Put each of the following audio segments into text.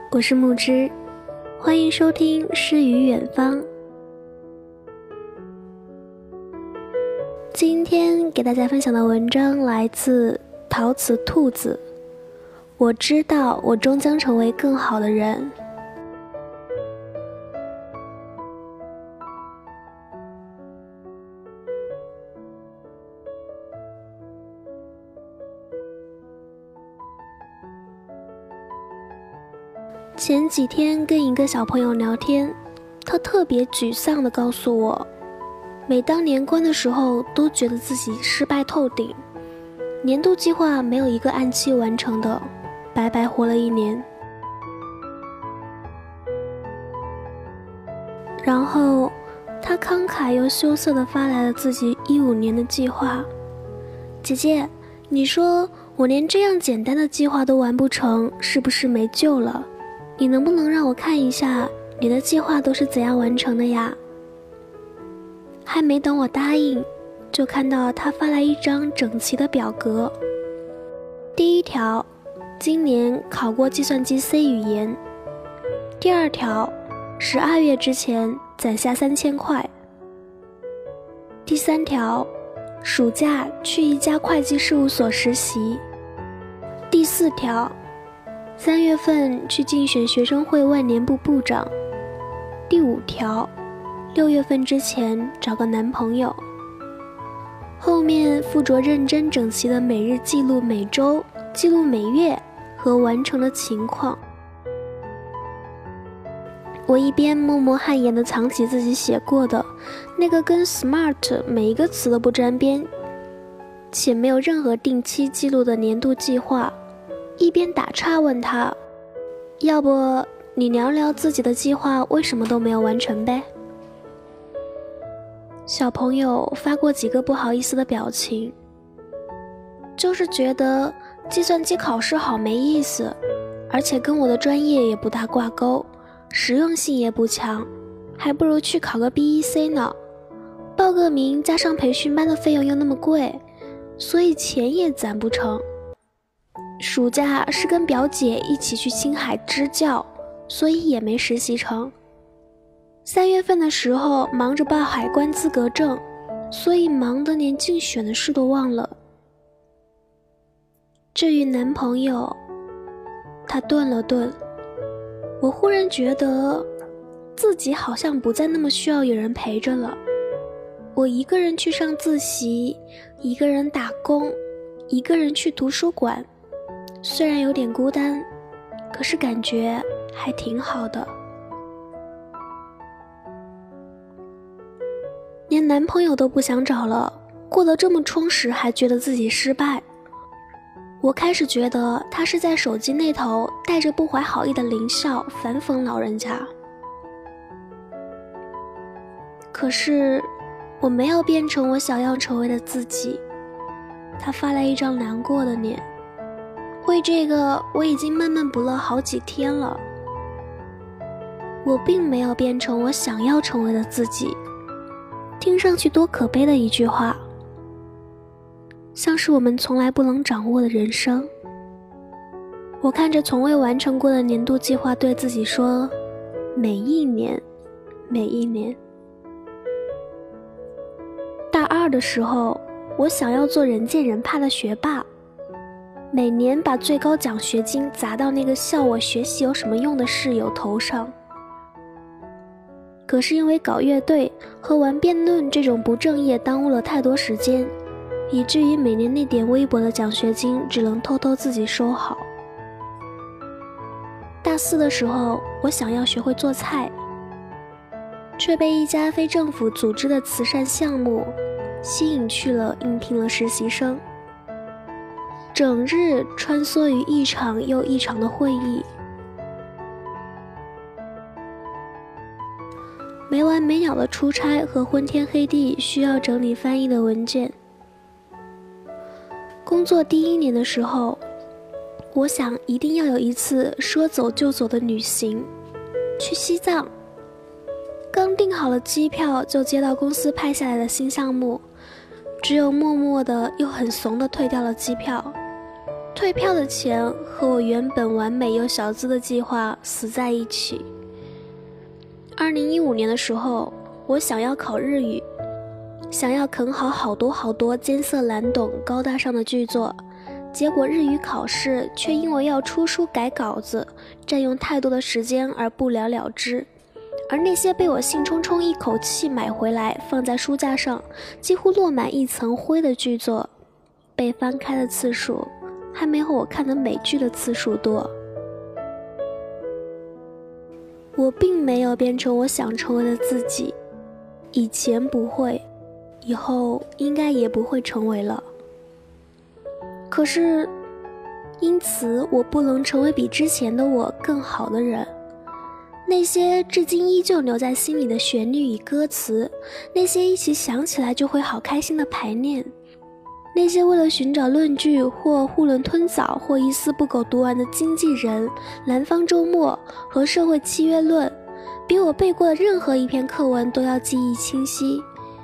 我是木之，欢迎收听诗与远方。今天给大家分享的文章来自陶瓷兔子。我知道我终将成为更好的人。前几天跟一个小朋友聊天，他特别沮丧地告诉我，每当年关的时候都觉得自己失败透顶，年度计划没有一个按期完成的，白白活了一年。然后他慷慨又羞涩地发来了自己15年的计划。姐姐，你说我连这样简单的计划都完不成，是不是没救了？你能不能让我看一下你的计划都是怎样完成的呀？还没等我答应，就看到他发来一张整齐的表格。第一条，今年考过计算机 C 语言。第二条，12月之前攒下3000块。第三条，暑假去一家会计事务所实习。第四条，3月份去竞选学生会万年部部长。第5条，6月份之前找个男朋友。后面附着认真整齐的每日记录，每周记录每月和完成的情况。我一边默默汗颜地藏起自己写过的那个跟 SMART 每一个词都不沾边且没有任何定期记录的年度计划，一边打岔问他，要不你聊聊自己的计划为什么都没有完成呗？小朋友发过几个不好意思的表情，就是觉得计算机考试好没意思，而且跟我的专业也不大挂钩，实用性也不强，还不如去考个 BEC 呢。报个名加上培训班的费用又那么贵，所以钱也攒不成。暑假是跟表姐一起去青海支教，所以也没实习成。3月份的时候忙着报海关资格证，所以忙得连竞选的事都忘了。至于男朋友，他顿了顿，我忽然觉得自己好像不再那么需要有人陪着了。我一个人去上自习，一个人打工，一个人去图书馆，虽然有点孤单，可是感觉还挺好的。连男朋友都不想找了，过得这么充实还觉得自己失败。我开始觉得他是在手机那头带着不怀好意的狞笑反讽老人家。可是我没有变成我想要成为的自己。他发来一张难过的脸，为这个我已经闷闷不乐好几天了。我并没有变成我想要成为的自己，听上去多可悲的一句话，像是我们从来不能掌握的人生。我看着从未完成过的年度计划，对自己说，每一年每一年。大2的时候，我想要做人见人怕的学霸，每年把最高奖学金砸到那个笑我学习有什么用的室友头上。可是因为搞乐队和玩辩论这种不正业耽误了太多时间，以至于每年那点微薄的奖学金只能偷偷自己收好。大4的时候，我想要学会做菜，却被一家非政府组织的慈善项目吸引去了应聘了实习生，整日穿梭于一场又一场的会议，没完没了的出差和昏天黑地需要整理翻译的文件。工作第1年的时候，我想一定要有一次说走就走的旅行，去西藏。刚订好了机票，就接到公司派下来的新项目，只有默默的又很怂的退掉了机票， 退票的钱和我原本完美又小资的计划死在一起。2015年的时候，我想要考日语，想要啃好好多艰涩难懂高大上的剧作，结果日语考试却因为要出书改稿子，占用太多的时间而不了了之。而那些被我兴冲冲一口气买回来放在书架上，几乎落满一层灰的剧作，被翻开的次数还没有我看的美剧的次数多。我并没有变成我想成为的自己，以前不会，以后应该也不会成为了。可是，因此我不能成为比之前的我更好的人。那些至今依旧留在心里的旋律与歌词，那些一起想起来就会好开心的排练，那些为了寻找论据或囫囵吞枣或一丝不苟读完的经纪人、南方周末和社会契约论，比我背过的任何一篇课文都要记忆清晰。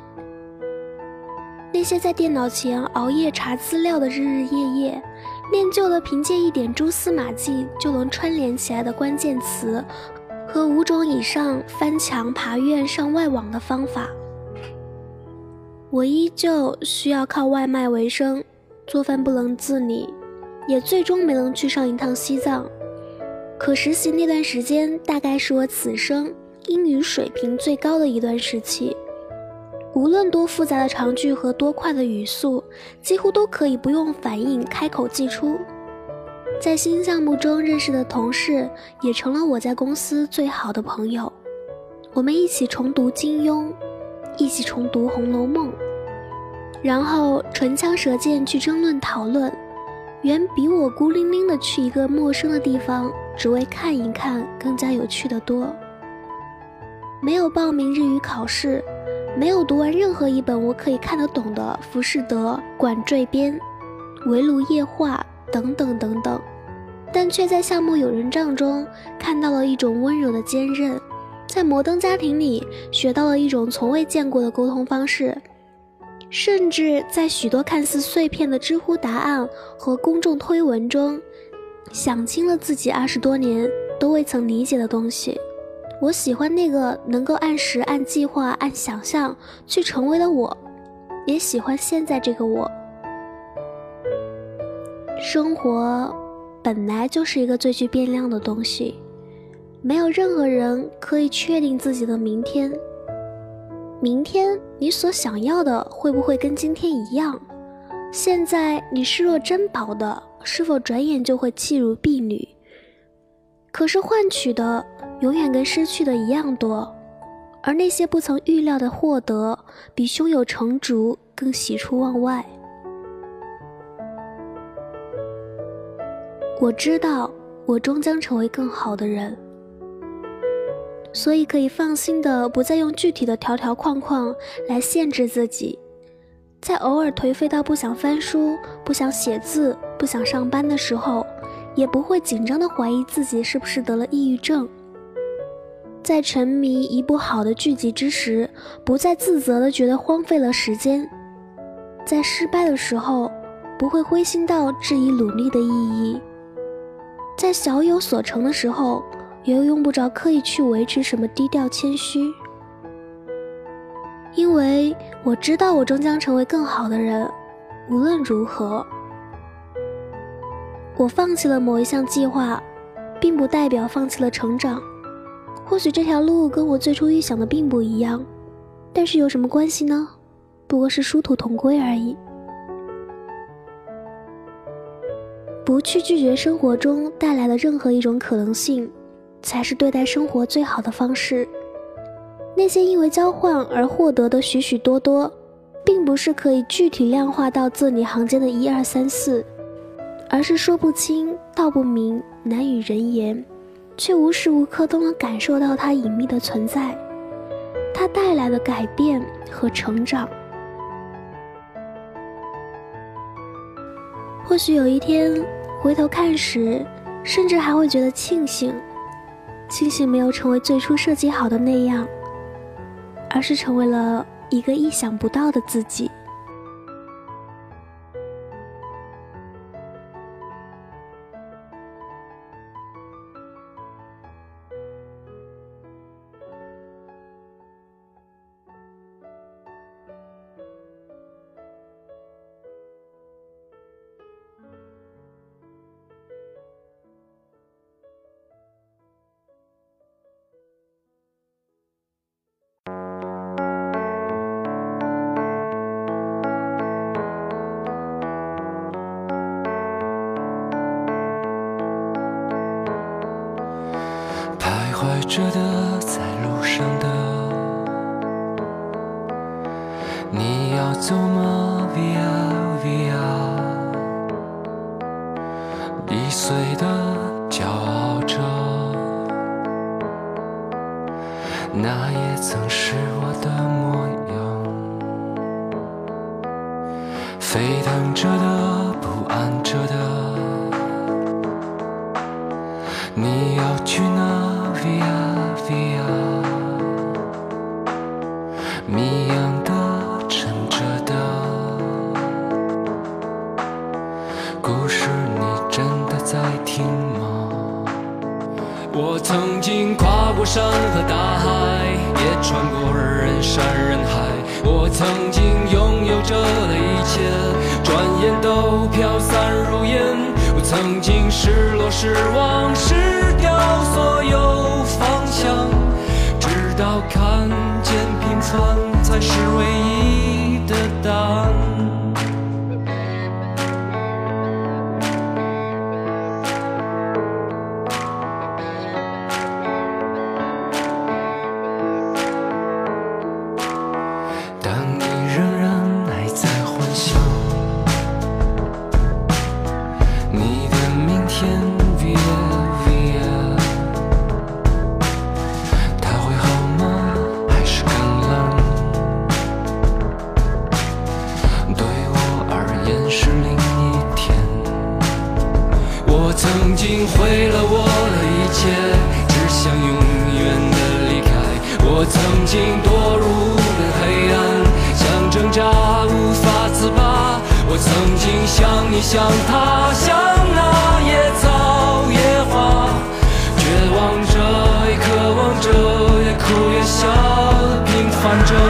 那些在电脑前熬夜查资料的日日夜夜，练就了凭借一点蛛丝马迹就能串联起来的关键词和5种以上翻墙爬院上外网的方法。我依旧需要靠外卖为生，做饭不能自理，也最终没能去上一趟西藏。可实习那段时间大概是我此生英语水平最高的一段时期，无论多复杂的长句和多快的语速，几乎都可以不用反应开口即出。在新项目中认识的同事也成了我在公司最好的朋友，我们一起重读金庸，一起重读《红楼梦》，然后唇枪舌剑去争论讨论，远比我孤零零的去一个陌生的地方只为看一看更加有趣的多。没有报名日语考试，没有读完任何一本我可以看得懂的浮士德、管缀编、围炉夜话等等等等，但却在项目有人帐中看到了一种温柔的坚韧，在摩登家庭里学到了一种从未见过的沟通方式，甚至在许多看似碎片的知乎答案和公众推文中想清了自己20多年都未曾理解的东西。我喜欢那个能够按时按计划按想象去成为的我，也喜欢现在这个我。生活本来就是一个最具变量的东西，没有任何人可以确定自己的明天。明天你所想要的会不会跟今天一样？现在你视若珍宝的，是否转眼就会弃如敝履？可是换取的永远跟失去的一样多，而那些不曾预料的获得，比胸有成竹更喜出望外。我知道我终将成为更好的人，所以可以放心的不再用具体的条条框框来限制自己。在偶尔颓废到不想翻书、不想写字、不想上班的时候，也不会紧张地怀疑自己是不是得了抑郁症。在沉迷一部好的剧集之时，不再自责地觉得荒废了时间。在失败的时候，不会灰心到质疑努力的意义。在小有所成的时候，也用不着刻意去维持什么低调谦虚。因为我知道我终将成为更好的人，无论如何。我放弃了某一项计划，并不代表放弃了成长。或许这条路跟我最初预想的并不一样，但是有什么关系呢？不过是殊途同归而已。不去拒绝生活中带来的任何一种可能性，才是对待生活最好的方式。那些因为交换而获得的许许多多，并不是可以具体量化到字里行间的1、2、3、4，而是说不清道不明，难与人言，却无时无刻都能感受到它隐秘的存在，它带来的改变和成长。或许有一天回头看时，甚至还会觉得庆幸没有成为最初设计好的那样，而是成为了一个意想不到的自己。 着的，在路上的。你要走吗 ？Via Via， 易碎的骄傲着，那也曾是我的模样。沸腾着的，不安着的，你要去哪 ？Via Via， 谜样的，沉着的，故事你真的在听吗？我曾经跨过山和大海，也穿过人山人海。我曾经拥有着的一切，转眼都飘散如烟。我曾经失落失望失掉所有方向，直到看见平凡才是唯一的答案。当你仍然还在幻想你的明天 Via Via， 它会好吗？还是更冷？对我而言是另一天。我曾经毁了我的一切，只想永远的离开。我曾经堕入了黑暗，想挣扎无法自拔。我曾经像你像他，像那野草野花，绝望着也渴望着，也哭也笑平凡着。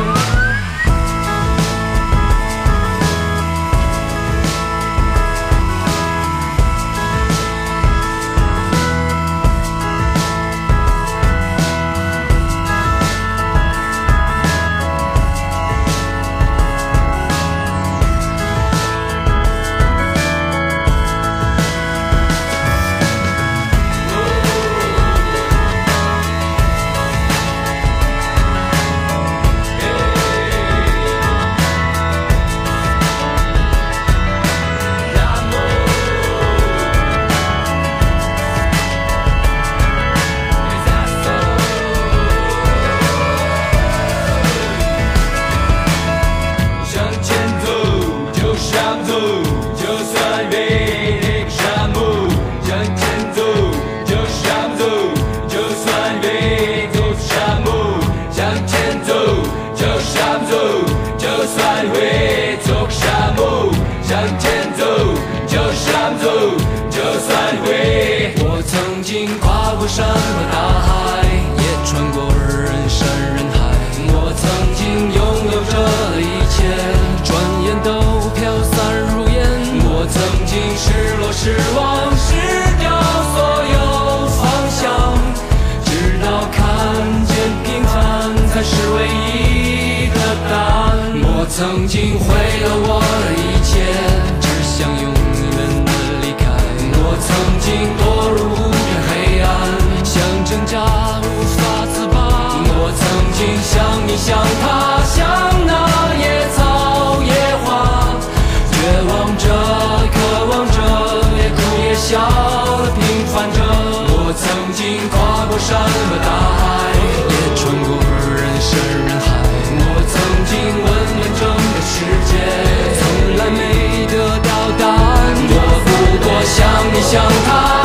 我曾经跨过山和大海，也穿过人山人海。我曾经拥有着的一切，转眼都飘散如烟。我曾经失落失望失掉所有方向，直到看见平凡才是唯一的答案。我曾经毁了我的一切，只想永远的离开。我曾经堕入黑暗，想挣扎无法自拔。我曾经像你像他，像那野草野花，绝望着渴望着，也哭也笑的平凡着。我曾经跨过山和大海，也穿过人山人海。我曾经问遍整个世界，从来没得到答案。我不过像你像他。